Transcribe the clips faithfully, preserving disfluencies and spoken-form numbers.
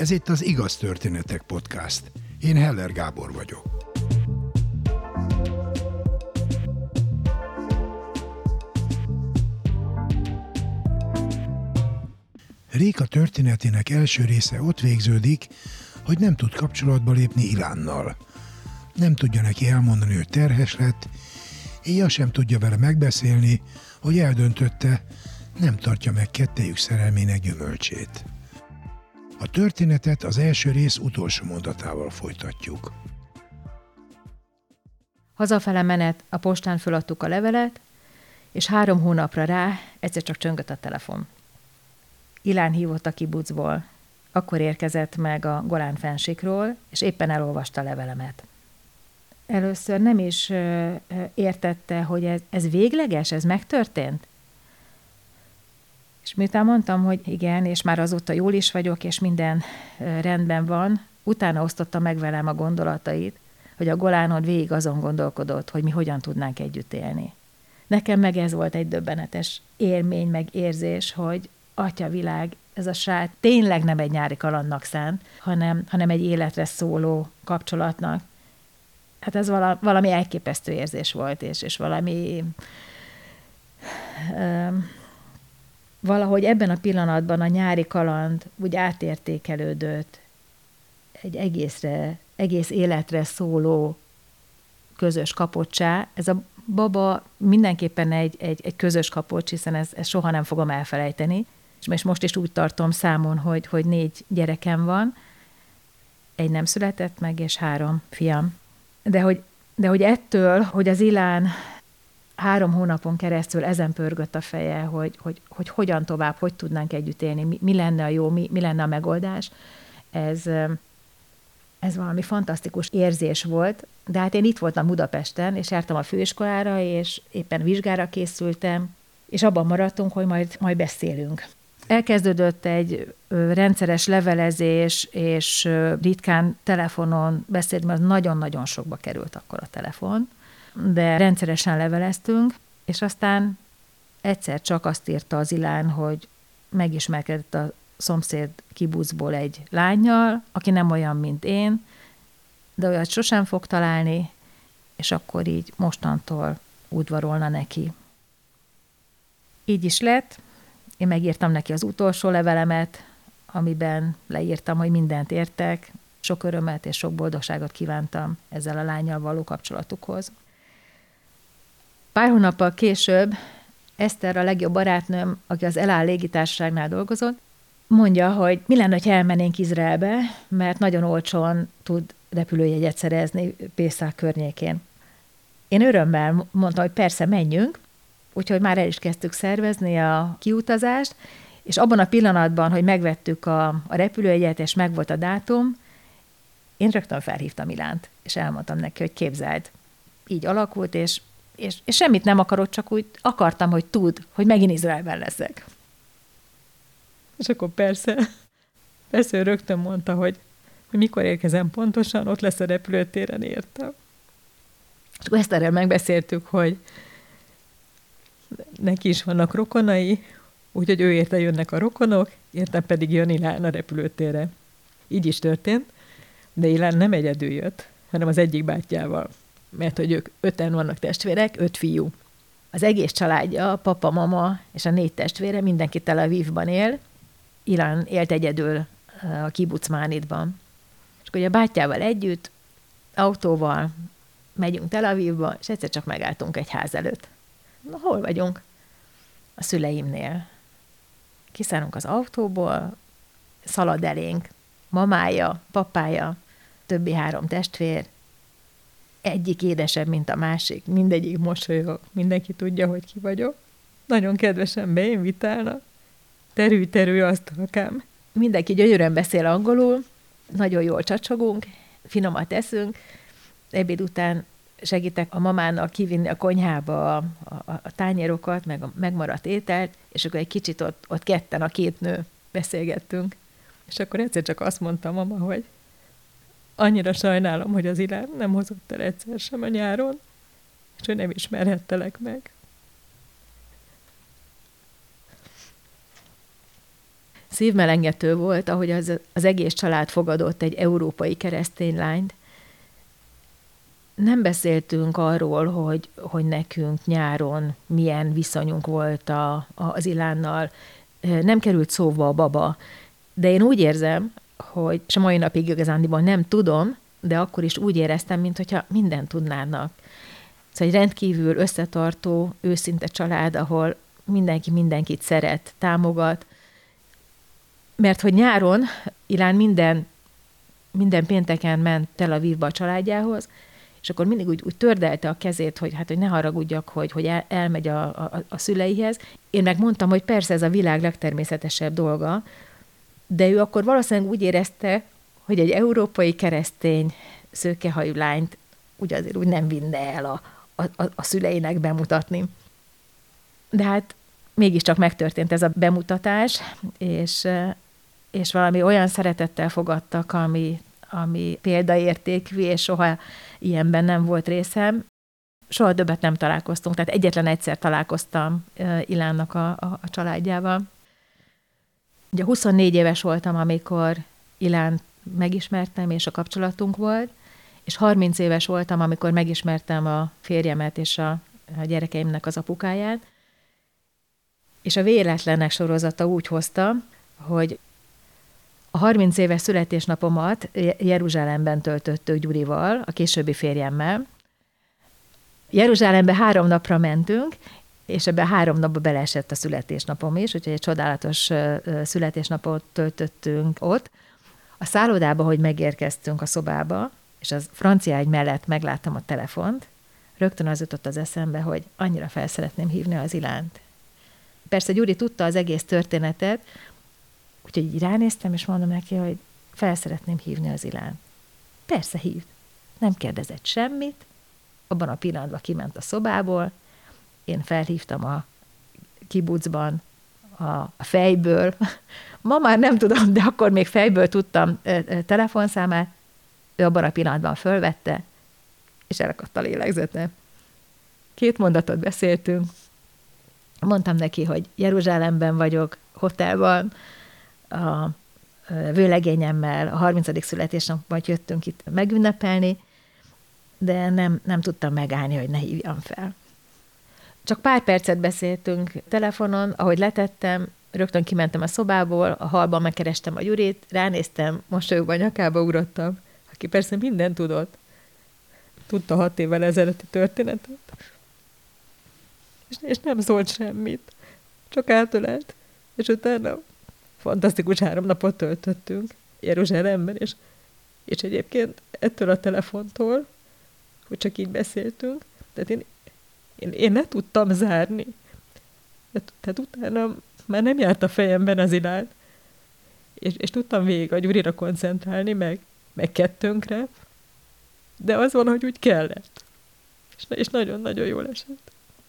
Ez itt az Igaz Történetek Podcast. Én Heller Gábor vagyok. Réka történetének első része ott végződik, hogy nem tud kapcsolatba lépni Ilánnal. Nem tudja neki elmondani, hogy terhes lett, így azt sem tudja vele megbeszélni, hogy eldöntötte, nem tartja meg kettejük szerelmének gyümölcsét. A történetet az első rész utolsó mondatával folytatjuk. Hazafele menet, a postán föladtuk a levelet, és három hónapra rá egyszer csak csöngött a telefon. Ilán hívott a kibucból. Akkor érkezett meg a Golán fennsíkról, és éppen elolvasta a levelemet. Először nem is ö, ö, értette, hogy ez, ez végleges, ez megtörtént. És miután mondtam, hogy igen, és már azóta jól is vagyok, és minden ö, rendben van, utána osztotta meg velem a gondolatait, hogy a Golánon végig azon gondolkodott, hogy mi hogyan tudnánk együtt élni. Nekem meg ez volt egy döbbenetes élmény, meg érzés, hogy atyavilág, ez a srác tényleg nem egy nyári kalandnak szánt, hanem, hanem egy életre szóló kapcsolatnak. Hát ez vala, valami elképesztő érzés volt, és, és valami ö, valahogy ebben a pillanatban a nyári kaland úgy átértékelődött egy egészre, egész életre szóló közös kapocsá. Ez a baba mindenképpen egy, egy, egy közös kapocs, hiszen ez, ez soha nem fogom elfelejteni. És most is úgy tartom számon, hogy, hogy négy gyerekem van, egy nem született meg, és három fiam. De hogy, de hogy ettől, hogy az Ilán három hónapon keresztül ezen pörgött a feje, hogy, hogy, hogy hogyan tovább, hogy tudnánk együtt élni, mi, mi lenne a jó, mi, mi lenne a megoldás, ez, ez valami fantasztikus érzés volt. De hát én itt voltam Budapesten, és jártam a főiskolára, és éppen vizsgára készültem, és abban maradtunk, hogy majd, majd beszélünk. Elkezdődött egy rendszeres levelezés, és ritkán telefonon beszélt, mert nagyon-nagyon sokba került akkor a telefon, de rendszeresen leveleztünk, és aztán egyszer csak azt írta az Ilán, hogy megismerkedett a szomszéd kibucból egy lánnyal, aki nem olyan, mint én, de olyat sosem fog találni, és akkor így mostantól udvarolna neki. Így is lett. Én megírtam neki az utolsó levelemet, amiben leírtam, hogy mindent értek, sok örömet és sok boldogságot kívántam ezzel a lánnyal való kapcsolatukhoz. Pár hónappal később Eszter, a legjobb barátnőm, aki az El Al légitársaságnál dolgozott, mondja, hogy mi lenne, ha elmennénk Izraelbe, mert nagyon olcsón tud repülőjegyet szerezni Pészak környékén. Én örömmel mondtam, hogy persze menjünk, úgyhogy már el is kezdtük szervezni a kiutazást, és abban a pillanatban, hogy megvettük a, a repülőjegyet, és megvolt a dátum, én rögtön felhívtam Ilánt, és elmondtam neki, hogy képzeld, így alakult, és, és, és semmit nem akarott, csak úgy akartam, hogy tud, hogy megint Izraelben leszek. És akkor persze, persze ő rögtön mondta, hogy, hogy mikor érkezem pontosan, ott lesz a repülőtéren, értem. És akkor Eszterrel megbeszéltük, hogy neki is vannak rokonai, úgyhogy ő érte jönnek a rokonok, értem pedig jön Ilán a repülőtérre. Így is történt, de Ilán nem egyedül jött, hanem az egyik bátyjával, mert hogy ők öten vannak testvérek, öt fiú. Az egész családja, a papa, mama és a négy testvére, mindenki Tel Avivban él, Ilán élt egyedül a kibuc Mánitban. És akkor a bátyjával együtt, autóval megyünk Tel Avivba, és egyszer csak megálltunk egy ház előtt. Na, hol vagyunk? A szüleimnél. Kiszállunk az autóból, szalad elénk, mamája, papája, többi három testvér, egyik édesebb, mint a másik, mindegyik mosolyog, mindenki tudja, hogy ki vagyok. Nagyon kedvesen beinvitálnak, terű-terű asztalkám. Mindenki gyönyörűen beszél angolul, nagyon jól csacsogunk, finomat eszünk, ebéd után segítek a mamának kivinni a konyhába a, a, a tányérokat, meg a megmaradt ételt, és akkor egy kicsit ott, ott ketten, a két nő beszélgettünk. És akkor egyszer csak azt mondta mama, hogy annyira sajnálom, hogy az Ilán nem hozott el egyszer sem a nyáron, és hogy nem ismerhettelek meg. szívmelengető volt, ahogy az, az egész család fogadott egy európai keresztény lányt. Nem beszéltünk arról, hogy, hogy nekünk nyáron milyen viszonyunk volt a, a, az Ilánnal. Nem került szóba a baba, de én úgy érzem, hogy, és a mai napig igazándiból nem tudom, de akkor is úgy éreztem, mintha mindent tudnának. Szóval egy rendkívül összetartó, őszinte család, ahol mindenki mindenkit szeret, támogat. Mert hogy nyáron Ilán minden, minden pénteken ment Tel Avivba a családjához, és akkor mindig úgy, úgy tördelte a kezét, hogy hát hogy ne haragudjak, hogy, hogy el, elmegy a, a, a szüleihez. Én meg mondtam, hogy persze ez a világ legtermészetesebb dolga, de ő akkor valószínűleg úgy érezte, hogy egy európai keresztény szőkehajú lányt úgy azért úgy nem vinne el a, a, a szüleinek bemutatni. De hát mégiscsak megtörtént ez a bemutatás, és, és valami olyan szeretettel fogadtak, ami, ami példaértékű, és soha ilyenben nem volt részem. Soha többet nem találkoztunk, tehát egyetlen egyszer találkoztam Ilánnak a, a, a családjával. Ugye huszonnégy éves voltam, amikor Ilánt megismertem, és a kapcsolatunk volt, és harminc éves voltam, amikor megismertem a férjemet és a, a gyerekeimnek az apukáját. És a véletlenek sorozata úgy hozta, hogy a harminc éves születésnapomat Jeruzsálemben töltöttük Gyurival, a későbbi férjemmel. Jeruzsálembe három napra mentünk, és ebben három napba beleesett a születésnapom is, úgyhogy egy csodálatos születésnapot töltöttünk ott. A szállodába, hogy megérkeztünk a szobába, és az francia ágy mellett megláttam a telefont, rögtön az jutott az eszembe, hogy annyira fel szeretném hívni az Ilánt. Persze Gyuri tudta az egész történetet, úgyhogy így ránéztem, és mondom neki, hogy fel szeretném hívni az Ilánt. Persze hívd. Nem kérdezett semmit, abban a pillanatban kiment a szobából, én felhívtam a kibucban a, a fejből. Ma már nem tudom, de akkor még fejből tudtam telefonszámát. Ő abban a pillanatban fölvette, és elakadt a lélegzete. Két mondatot beszéltünk. Mondtam neki, hogy Jeruzsálemben vagyok, hotelban, a vőlegényemmel, a harmincadik születésnapban jöttünk itt megünnepelni, de nem, nem tudtam megállni, hogy ne hívjam fel. Csak pár percet beszéltünk telefonon, ahogy letettem, rögtön kimentem a szobából, a hallban megkerestem a Gyurit, ránéztem, mosolyogva a nyakába ugrottam, aki persze mindent tudott. Tudta hat évvel ezelőtti történetet. És, és nem szólt semmit. Csak átölelt. És utána fantasztikus három napot töltöttünk Jeruzsálemben, és, és egyébként ettől a telefontól, hogy csak így beszéltünk, tehát én, én, én le tudtam zárni. Tehát, tehát utána már nem járt a fejemben az Ilán, és, és tudtam végig a Gyurira koncentrálni, meg, meg kettőnkre, de az van, hogy úgy kellett. És, és nagyon-nagyon jól esett.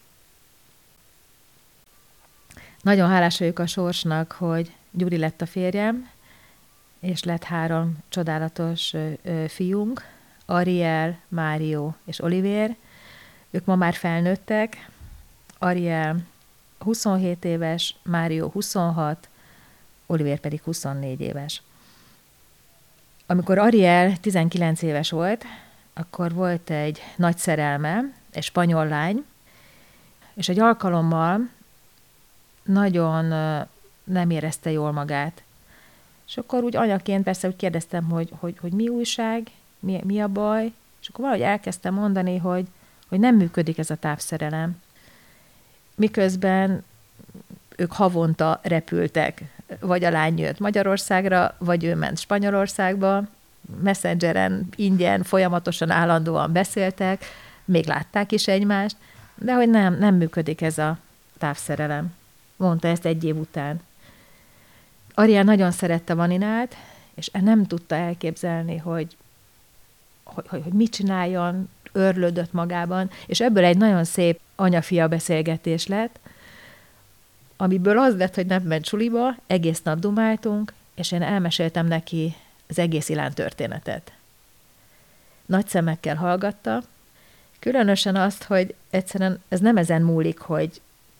Nagyon hálás vagyok a sorsnak, hogy Gyuri lett a férjem, és lett három csodálatos ö, ö, fiunk, Ariel, Mário és Olivér. Ők ma már felnőttek. Ariel huszonhét éves, Mário huszonhat, Olivér pedig huszonnégy éves. Amikor Ariel tizenkilenc éves volt, akkor volt egy nagy szerelme, egy spanyol lány, és egy alkalommal nagyon nem érezte jól magát. És akkor úgy anyaként persze úgy kérdeztem, hogy, hogy, hogy mi újság, mi, mi a baj, és akkor valahogy elkezdtem mondani, hogy, hogy nem működik ez a távszerelem. Miközben ők havonta repültek, vagy a lány jött Magyarországra, vagy ő ment Spanyolországba, Messengeren, ingyen, folyamatosan, állandóan beszéltek, még látták is egymást, de hogy nem, nem működik ez a távszerelem. Mondta ezt egy év után. Ariel nagyon szerette Vaninát, és nem tudta elképzelni, hogy, hogy, hogy, hogy mit csináljon, őrlődött magában, és ebből egy nagyon szép anya-fia beszélgetés lett, amiből az lett, hogy nem ment suliba, egész nap dumáltunk, és én elmeséltem neki az egész Ilán történetet. Nagy szemekkel hallgatta, különösen azt, hogy egyszerűen ez nem ezen múlik, hogy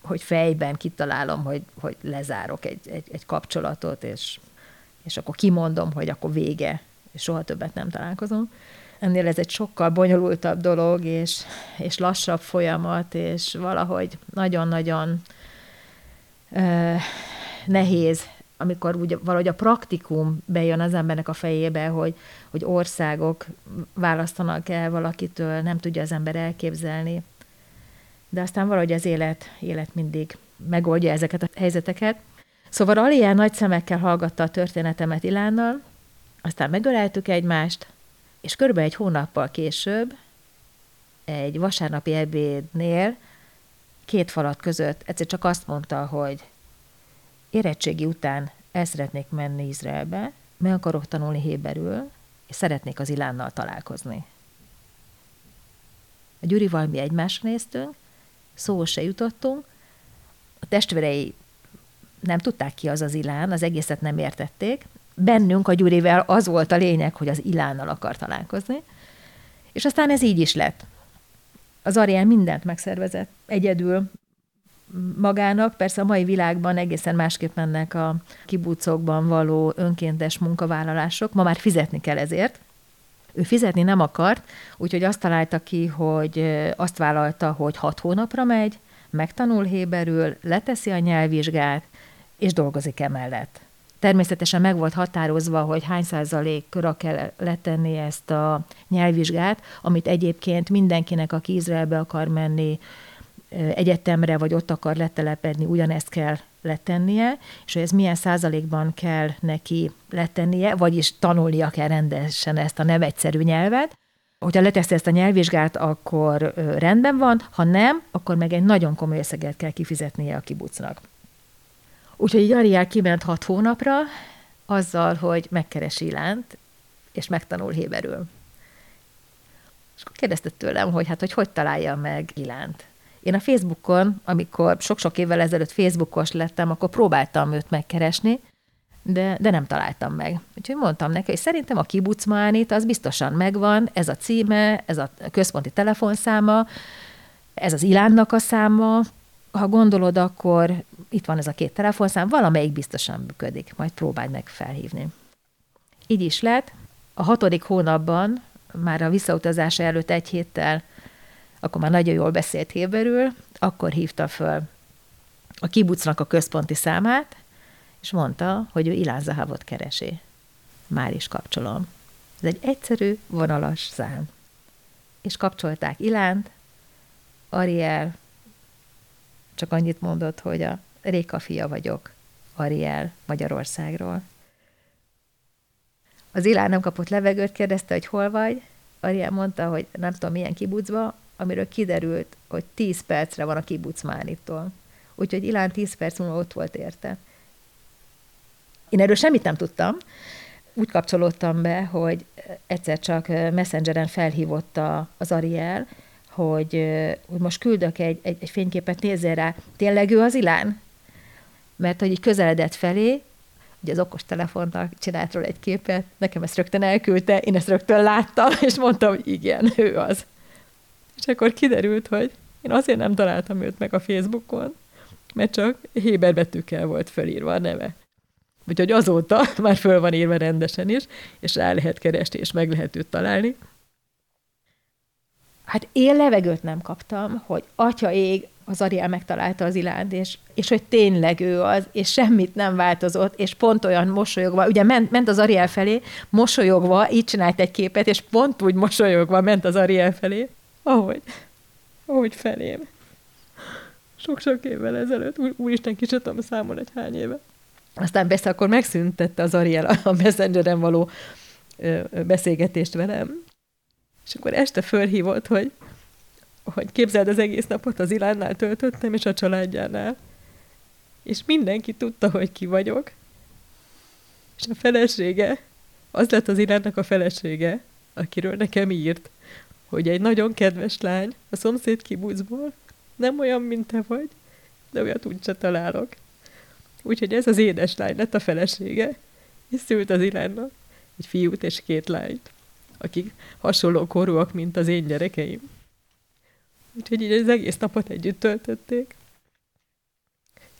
hogy fejben kitalálom, hogy, hogy lezárok egy, egy, egy kapcsolatot, és, és akkor kimondom, hogy akkor vége, és soha többet nem találkozom. Ennél ez egy sokkal bonyolultabb dolog, és, és lassabb folyamat, és valahogy nagyon-nagyon uh, nehéz, amikor úgy, valahogy a praktikum bejön az embernek a fejébe, hogy, hogy országok választanak el valakitől, nem tudja az ember elképzelni. De aztán valahogy az élet, élet mindig megoldja ezeket a helyzeteket. Szóval Ariel nagy szemekkel hallgatta a történetemet Ilánnal, aztán megöleltük egymást, és körülbelül egy hónappal később egy vasárnapi ebédnél két falat között egyszer csak azt mondta, hogy érettségi után el szeretnék menni Izraelbe, meg akarok tanulni héberül, és szeretnék az Ilánnal találkozni. A Gyurival mi egymásra néztünk, szóhoz se jutottunk, a testvérei nem tudták ki az az Ilán, az egészet nem értették. Bennünk a Gyurivel az volt a lényeg, hogy az Ilánnal akar találkozni, és aztán ez így is lett. Az Ariel mindent megszervezett egyedül magának, persze a mai világban egészen másképp mennek a kibucokban való önkéntes munkavállalások, ma már fizetni kell ezért. Ő fizetni nem akart, úgyhogy azt találta ki, hogy azt vállalta, hogy hat hónapra megy, megtanul héberül, leteszi a nyelvvizsgát, és dolgozik emellett. Természetesen meg volt határozva, hogy hány százalékra kell letenni ezt a nyelvvizsgát, amit egyébként mindenkinek, aki Izraelbe akar menni, egyetemre, vagy ott akar letelepedni, ugyanezt kell letennie, és hogy ez milyen százalékban kell neki letennie, vagyis tanulnia kell rendesen ezt a nem egyszerű nyelvet. Hogyha leteszi ezt a nyelvvizsgát, akkor rendben van, ha nem, akkor meg egy nagyon komoly összeget kell kifizetnie a kibucnak. Úgyhogy így Ariel kiment hat hónapra, azzal, hogy megkeresi Ilánt, és megtanul héberül. És akkor kérdezte tőlem, hogy hát, hogy hogy találja meg Ilánt. Én a Facebookon, amikor sok-sok évvel ezelőtt Facebookos lettem, akkor próbáltam őt megkeresni, de, de nem találtam meg. Úgyhogy mondtam neki, hogy szerintem a kibucmánit az biztosan megvan, ez a címe, ez a központi telefonszáma, ez az Ilánnak a száma. Ha gondolod, akkor itt van ez a két telefonszám, valamelyik biztosan működik, majd próbáld meg felhívni. Így is lett. A hatodik hónapban, már a visszautazása előtt egy héttel, akkor már nagyon jól beszélt héberül, akkor hívta föl a kibucnak a központi számát, és mondta, hogy ő Ilán Zahavot keresi. Már is kapcsolom. Ez egy egyszerű, vonalas szám. És kapcsolták Ilánt, Ariel csak annyit mondott, hogy a Réka fia vagyok, Ariel Magyarországról. Az Ilán nem kapott levegőt, kérdezte, hogy hol vagy. Ariel mondta, hogy nem tudom milyen kibucba, amiről kiderült, hogy tíz percre van a kibuc Mánitól. Úgyhogy Ilán tíz perc múlva ott volt érte. Én erről semmit nem tudtam. Úgy kapcsolódtam be, hogy egyszer csak Messengeren felhívott az Ariel, hogy, hogy most küldök egy, egy, egy fényképet, nézzél rá, tényleg ő az Ilán? Mert hogy így közeledett felé, ugye az okostelefonnak csinált róla egy képet, nekem ezt rögtön elküldte, én ezt rögtön láttam, és mondtam, hogy igen, ő az. És akkor kiderült, hogy én azért nem találtam őt meg a Facebookon, mert csak héber betűkkel volt fölírva a neve. Úgyhogy azóta már föl van írva rendesen is, és rá lehet keresni, és meg lehet őt találni. Hát én levegőt nem kaptam, hogy atya ég, az Ariel megtalálta az Ilánt, és, és hogy tényleg ő az, és semmit nem változott, és pont olyan mosolyogva, ugye ment, ment az Ariel felé, mosolyogva, így csinált egy képet, és pont úgy mosolyogva ment az Ariel felé, ahogy, ahogy felém. Sok-sok évvel ezelőtt, úr, úristen, ki sem tudom számolni, egy hány éve. Aztán persze akkor megszüntette az Ariel a Messengeren való ö, beszélgetést velem, és akkor este fölhívott, hogy, hogy képzeld, az egész napot az Ilánnál töltöttem, és a családjánál. És mindenki tudta, hogy ki vagyok. És a felesége, az lett az Ilánnak a felesége, akiről nekem írt, hogy egy nagyon kedves lány a szomszéd kibucból, nem olyan, mint te vagy, de olyat úgyse találok. Úgyhogy ez az édeslány lett a felesége, és szült az Ilánnak egy fiút és két lányt, akik hasonló korúak, mint az én gyerekeim. Úgyhogy így az egész napot együtt töltötték.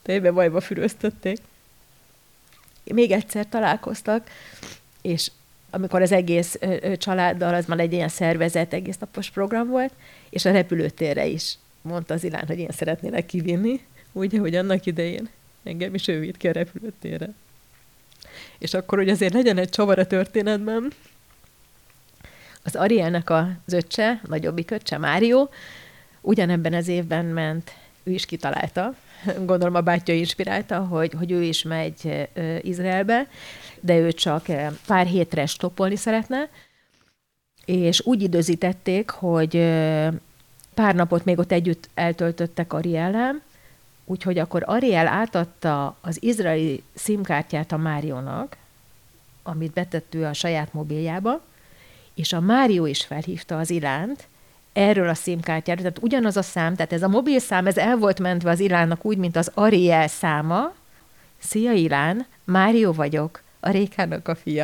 Tejbe bajba füröztötték. Még egyszer találkoztak, és amikor az egész ö, családdal, az már egy ilyen szervezet, egész napos program volt, és a repülőtérre is mondta az Ilán, hogy én szeretnének kivinni, úgy, hogy annak idején engem is ő vitt ki a repülőtérre. És akkor, hogy azért legyen egy csavar a történetben, az Arielnek az öccse, nagyobbik öccse, Mário, ugyanebben az évben ment, ő is kitalálta, gondolom a bátyja inspirálta, hogy, hogy ő is megy uh, Izraelbe, de ő csak uh, pár hétre stoppolni szeretne, és úgy időzítették, hogy uh, pár napot még ott együtt eltöltöttek Ariellel, úgyhogy akkor Ariel átadta az izraeli szimkártyát a Máriónak, amit betett ő a saját mobiljába, és a Mário is felhívta az Ilánt erről a szimkártyáról, tehát ugyanaz a szám, tehát ez a mobilszám, ez el volt mentve az Ilánnak úgy, mint az Ariel száma. Szia Ilán, Mário vagyok, a Rékának a fia.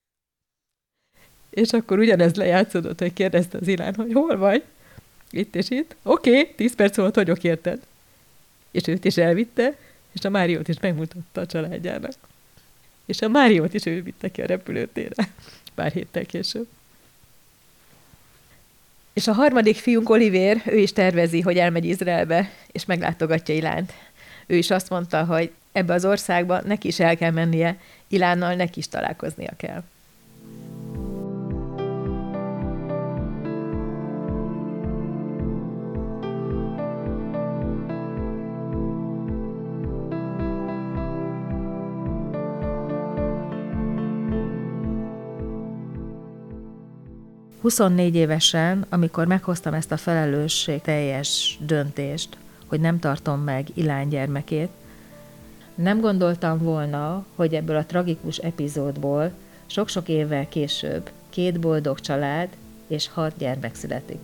És akkor ugyanez lejátszódott, hogy kérdezte az Ilán, hogy hol vagy? Itt és itt. Oké, okay, tíz perc volt vagyok, érted? És őt is elvitte, és a Máriót is megmutatta a családjának. És a Máriót is ő vitte ki a repülőtérre, pár héttel később. És a harmadik fiunk, Olivér, ő is tervezi, hogy elmegy Izraelbe, és meglátogatja Ilánt. Ő is azt mondta, hogy ebbe az országba neki is el kell mennie, Ilánnal neki is találkoznia kell. huszonnégy évesen, amikor meghoztam ezt a felelősségteljes döntést, hogy nem tartom meg Ilán gyermekét, nem gondoltam volna, hogy ebből a tragikus epizódból sok-sok évvel később két boldog család és hat gyermek születik.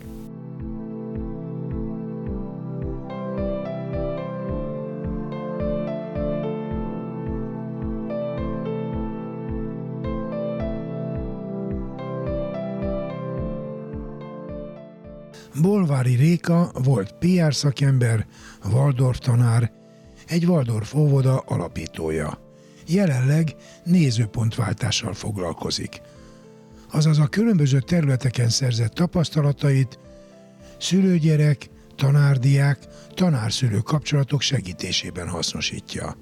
Bolvári Réka volt pé er szakember, Waldorf tanár, egy Waldorf óvoda alapítója. Jelenleg nézőpontváltással foglalkozik. Azaz a különböző területeken szerzett tapasztalatait szülőgyerek, tanárdiák, tanárszülő kapcsolatok segítésében hasznosítja.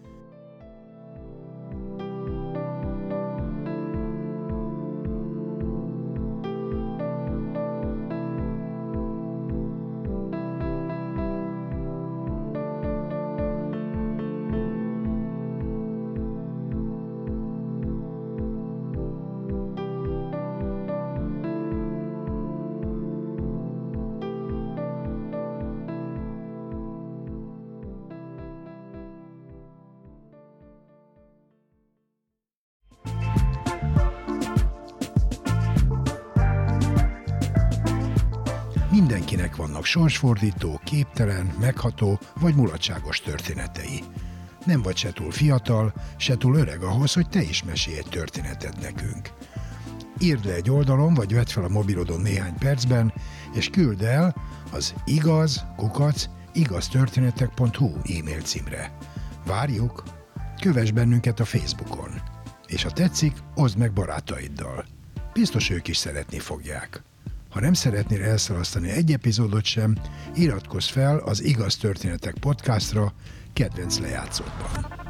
Mindenkinek vannak sorsfordító, képtelen, megható vagy mulatságos történetei. Nem vagy se túl fiatal, se túl öreg ahhoz, hogy te is mesélj egy történetet nekünk. Írd le egy oldalon, vagy vedd fel a mobilodon néhány percben, és küld el az igaz kukac igaztörténetek pont hu e-mail címre. Várjuk! Kövess bennünket a Facebookon. És ha tetszik, oszd meg barátaiddal. Biztos ők is szeretni fogják. Ha nem szeretnél elszalasztani egy epizódot sem, iratkozz fel az Igaz Történetek podcastra kedvenc lejátszódban.